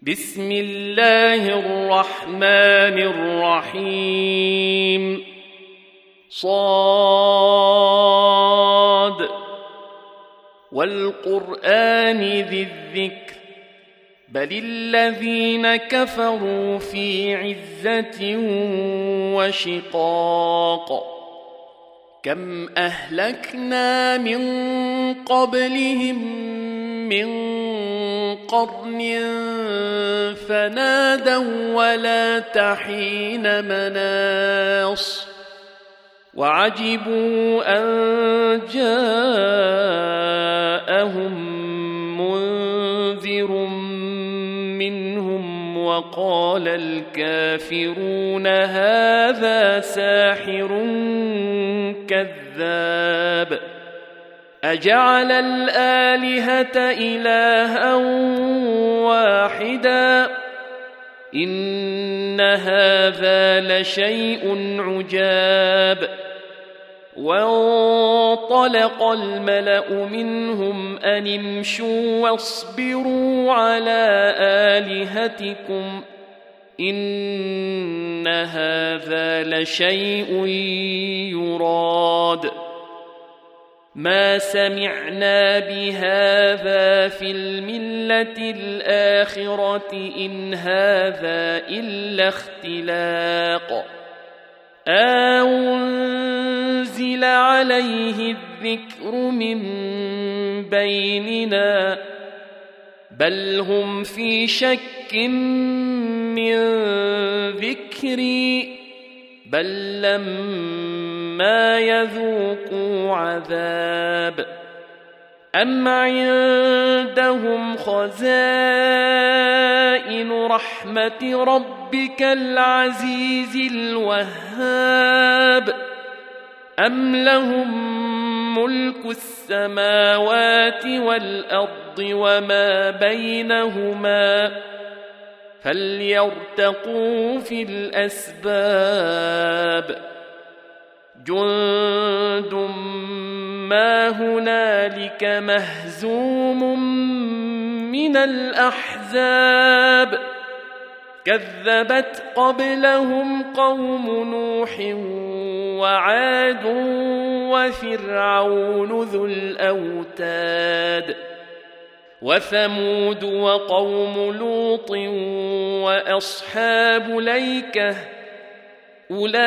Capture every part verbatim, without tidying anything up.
بسم الله الرحمن الرحيم صاد والقرآن ذي الذكر بل الذين كفروا في عزة وشقاق كم أهلكنا من قبلهم من قرن فنادوا ولا تحين مناص وعجبوا أن جاءهم منذر منهم وقال الكافرون هذا ساحر كذاب أجعل الآلهة إلها واحدا إن هذا لشيء عجاب وانطلق الملأ منهم أن امشوا واصبروا على آلهتكم إن هذا لشيء يراد ما سمعنا بهذا في الملة الآخرة إن هذا إلا اختلاق أنزل عليه الذكر من بيننا بل هم في شك من ذكري بل لما يذوقوا عذاب أم عندهم خزائن رحمة ربك العزيز الوهاب أم لهم ملك السماوات والأرض وما بينهما فليرتقوا في الأسباب جند ما هنالك مهزوم من الأحزاب كذبت قبلهم قوم نوح وعاد وفرعون ذو الأوتاد وثمود وقوم لوط وأصحاب الأيكة أولئك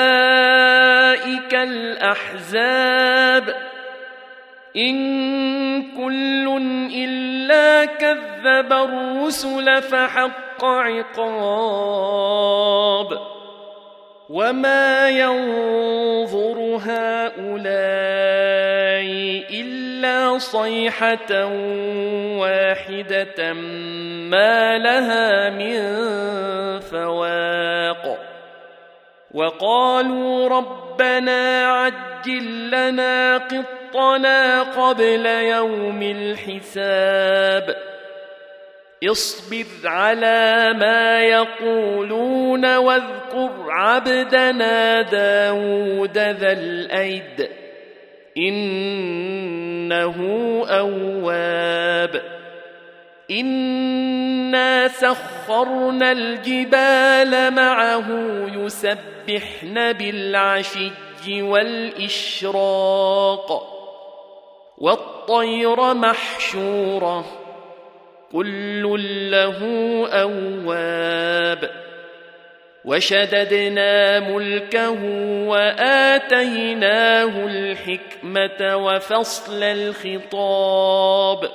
الأحزاب إن كل إلا كذب الرسل فحق عقاب وما ينظر هؤلاء إلا صيحة واحدة ما لها من فواق وقالوا ربنا عجل لنا قطنا قبل يوم الحساب اصبر على ما يقولون واذكر عبدنا داود ذا الأيد إنه أواب إنا سخرنا الجبال معه يسبحن بالعشي والإشراق والطير محشورة كل له أواب وشددنا ملكه وآتيناه الحكمة وفصل الخطاب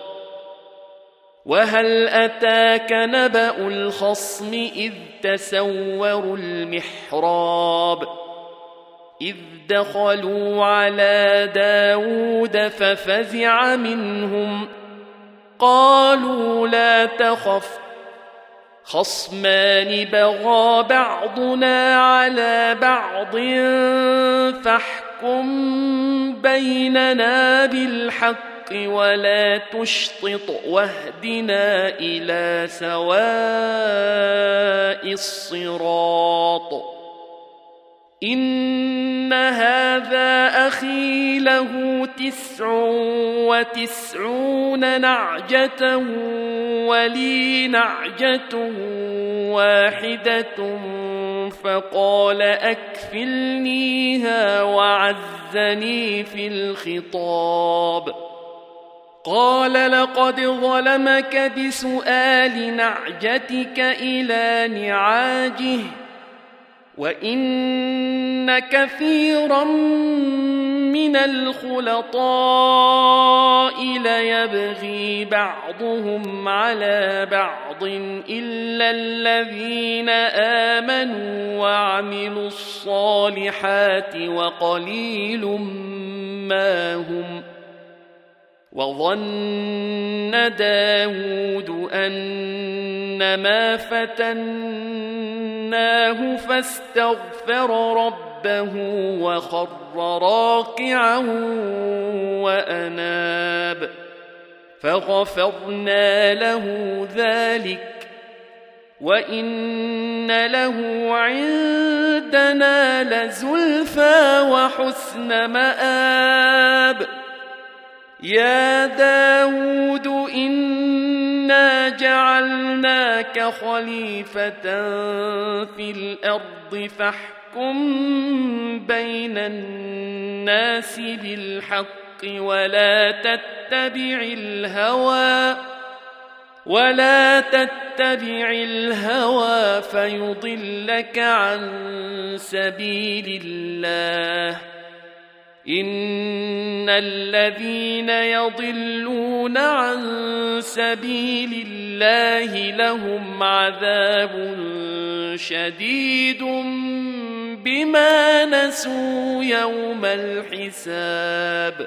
وهل أتاك نبأ الخصم إذ تسوروا المحراب إذ دخلوا على داود ففزع منهم قالوا لا تخف خصمان بغى بعضنا على بعض فاحكم بيننا بالحق ولا تشطط واهدنا إلى سواء الصراط إن هذا أخي له تسع وتسعون نعجة ولي نعجة واحدة فقال أكفلنيها وعزني في الخطاب. قال لقد ظلمك بسؤال نعجتك إلى نعاجه وإن كثيرا من الخلطاء ليبغي بعضهم على بعض إلا الذين آمنوا وعملوا الصالحات وقليل ما هم. وظن داود أنما فتناه فاستغفر ربه وخر راكعا وأناب فغفرنا له ذلك وإن له عندنا لزلفى وحسن مآب. يا داود إنا جعلناك خليفة في الأرض فاحكم بين الناس بالحق ولا تتبع الهوى ولا تتبع الهوى فيضلك عن سبيل الله. إن الذين يضلون عن سبيل الله لهم عذاب شديد بما نسوا يوم الحساب.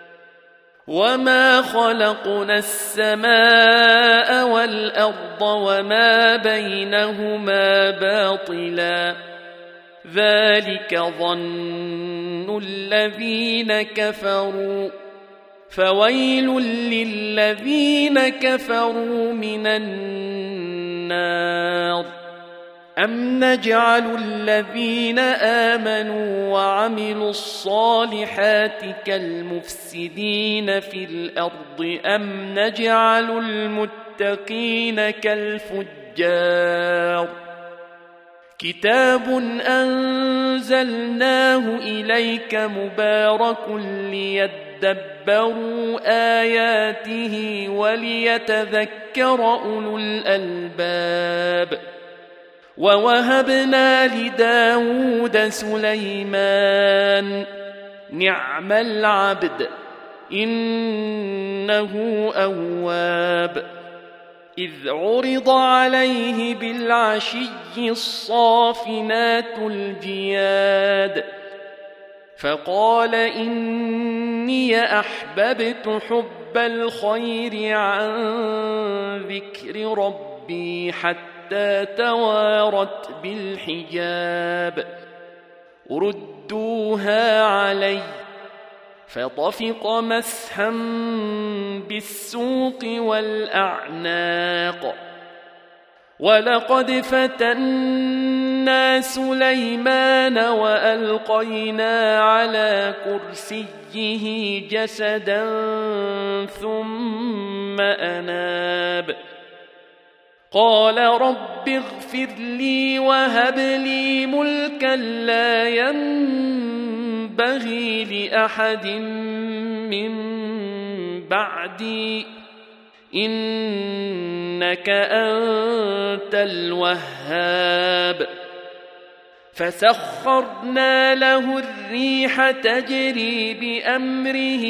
وما خلقنا السماء والأرض وما بينهما باطلا ذلك ظن الذين كفروا فويل للذين كفروا من النار. أم نجعل الذين آمنوا وعملوا الصالحات كالمفسدين في الأرض أم نجعل المتقين كالفجار. كتاب أنزلناه إليك مبارك ليدبروا آياته وليتذكر أولو الألباب. ووهبنا لداود سليمان نعم العبد إنه أواب. إذ عرض عليه بالعشي الصافنات الجياد فقال إني أحببت حب الخير عن ذكر ربي حتى توارت بالحجاب. ردوها علي فطفق مسحا بالسوق والأعناق. ولقد فتنا سليمان وألقينا على كرسيه جسدا ثم أناب. قال رب اغفر لي وهب لي ملكا لا ينبغي لأحد من بعدي إنك أنت الوهاب. فسخرنا له الريح تجري بأمره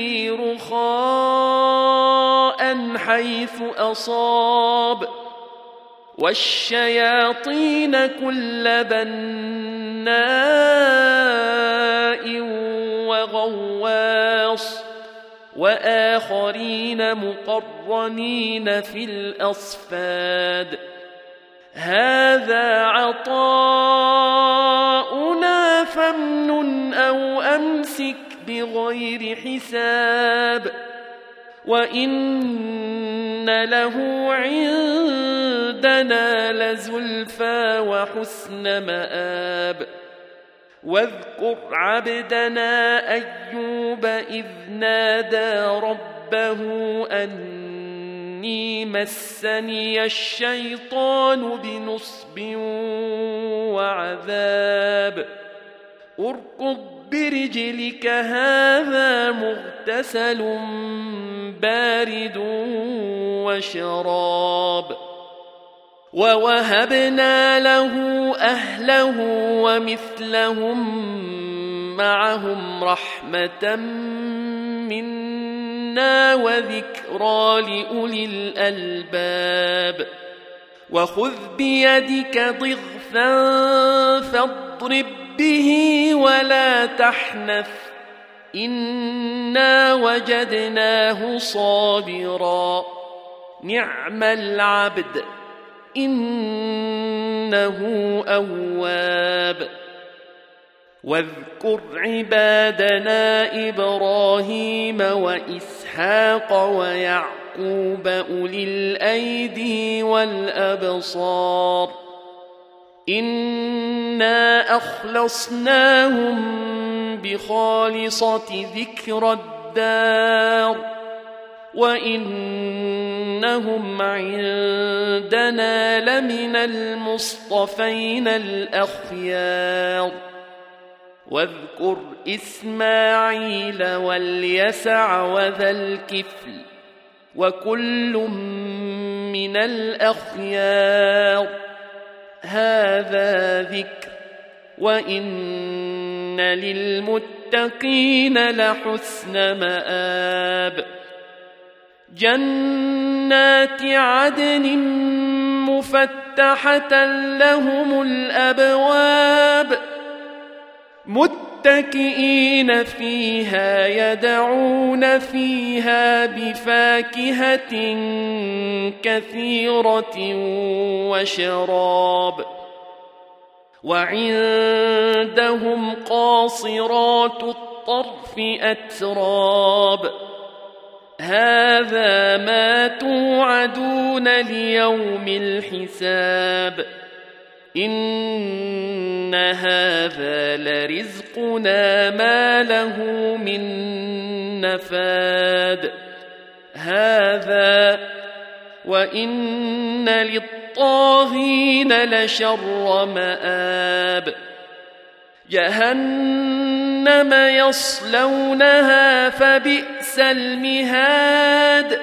رخاء حيث أصاب والشياطين كل بناء وغواص وآخرين مقرنين في الأصفاد. هذا عطاؤنا فامنن أو أمسك بغير حساب وإن له عندنا لزلفى وحسن مآب. واذكر عبدنا أيوب إذ نادى ربه أني مسني الشيطان بنصب وعذاب اركض برجلك هذا مغتسل بارد وشراب ووهبنا له أهله ومثلهم معهم رحمة منا وذكرى لأولي الألباب وخذ بيدك ضغثا فاضرب به ولا تحنث إنا وجدناه صابرا نعم العبد إنه أواب واذكر عبادنا إبراهيم وإسحاق ويعقوب أولي الأيدي والأبصار إنا أخلصناهم بخالصة ذكر الدار وإنهم عندنا لمن المصطفين الأخيار واذكر إسماعيل واليسع وذا الكفل وكل من الأخيار هذا ذكر وإن للمتقين لحسن مآب جنات عدن مفتحة لهم الأبواب متكئين فيها يدعون فيها بفاكهة كثيرة وشراب وعندهم قاصرات الطرف أتراب هذا ما توعدون ليوم الحساب إن هذا لرزقنا ما له من نفاد هذا وإن للطاغين لشر مآب جهنم يصلونها فبئس المهاد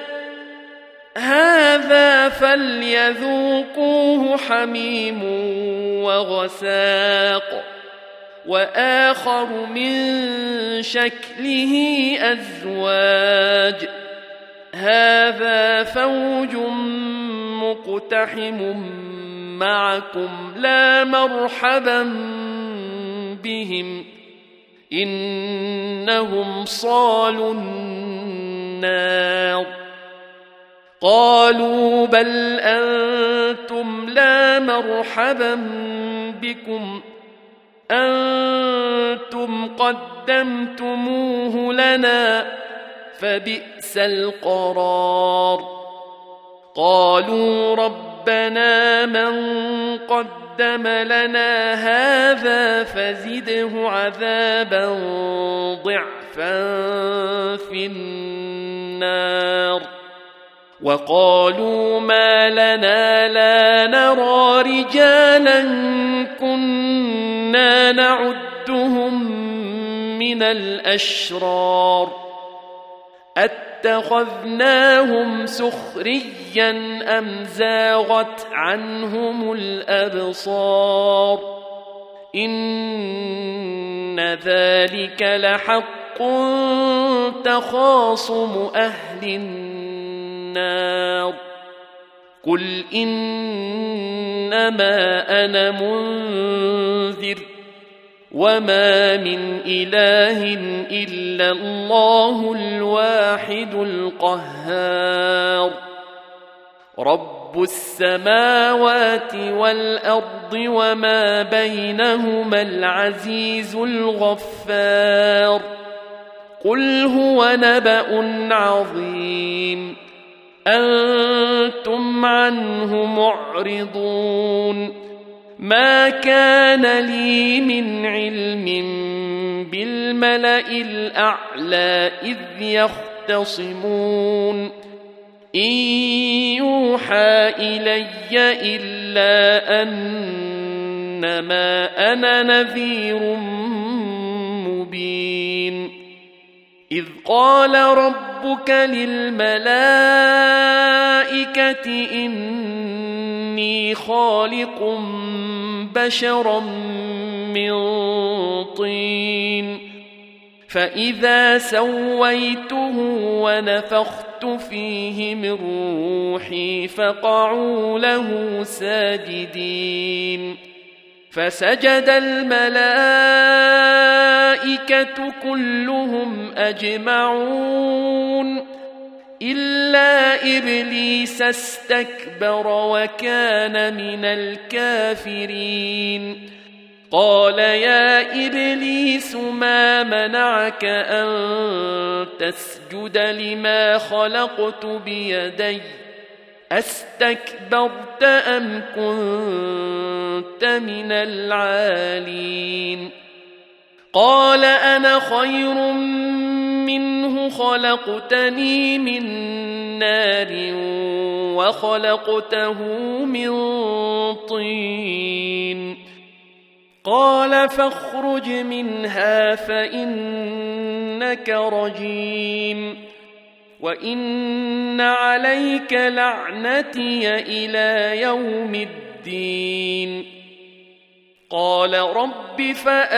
هذا فليذوقوه حميم وغساق وآخر من شكله أزواج هذا فوج مقتحم معكم لا مرحبا بهم إنهم صالوا النار قالوا بل أنتم لا مرحبا بكم أنتم قدمتموه لنا فبئس القرار قالوا ربنا من قدم لنا هذا فزده عذابا ضعفا في النار وقالوا ما لنا لا نرى رجالا كنا نعدهم من الأشرار أتخذناهم سخريا أم زاغت عنهم الأبصار إن ذلك لحق تخاصم أهل النار قل إنما أنا منذر وما من إله إلا الله الواحد القهار رب السماوات والأرض وما بينهما العزيز الغفار قل هو نبأ عظيم أنتم عنه معرضون ما كان لي من علم بالملأ الأعلى إذ يختصمون إن يوحى إلي إلا أنما أنا نذير مبين إذ قال ربك للملائكة إني خالق بشرا من طين فإذا سويته ونفخت فيه من روحي فقعوا له ساجدين فسجد الملائكة كلهم أجمعون إلا إبليس استكبر وكان من الكافرين قال يا إبليس ما منعك أن تسجد لما خلقت بيدي أستكبرت أم كنت من العالين قال أنا خير منه خلقتني من نار وخلقته من طين قال فاخرج منها فإنك رجيم وإن عليك لعنتي إلى يوم الدين قال رب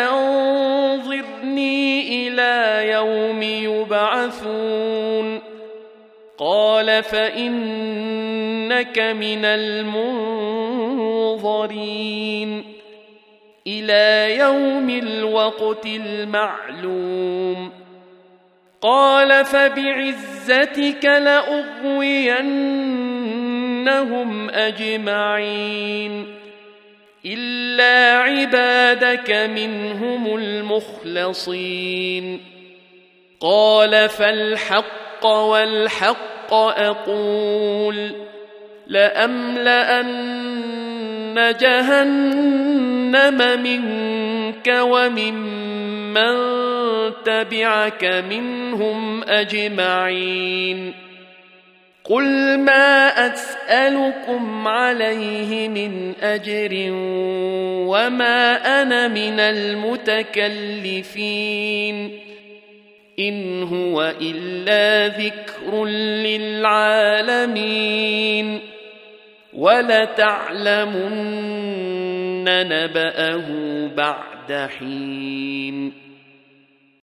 فأنظرني إلى يوم يبعثون قال فإنك من المنظرين إلى يوم الوقت المعلوم قال فبعزتك لأغوينهم أجمعين إلا عبادك منهم المخلصين قال فالحق والحق أقول لأملأن جهنم منك وممن تبعك منهم أجمعين قل ما أسألكم عليه من أجر وما أنا من المتكلفين إن هو إلا ذكر للعالمين ولتعلمن نبأه بعد حين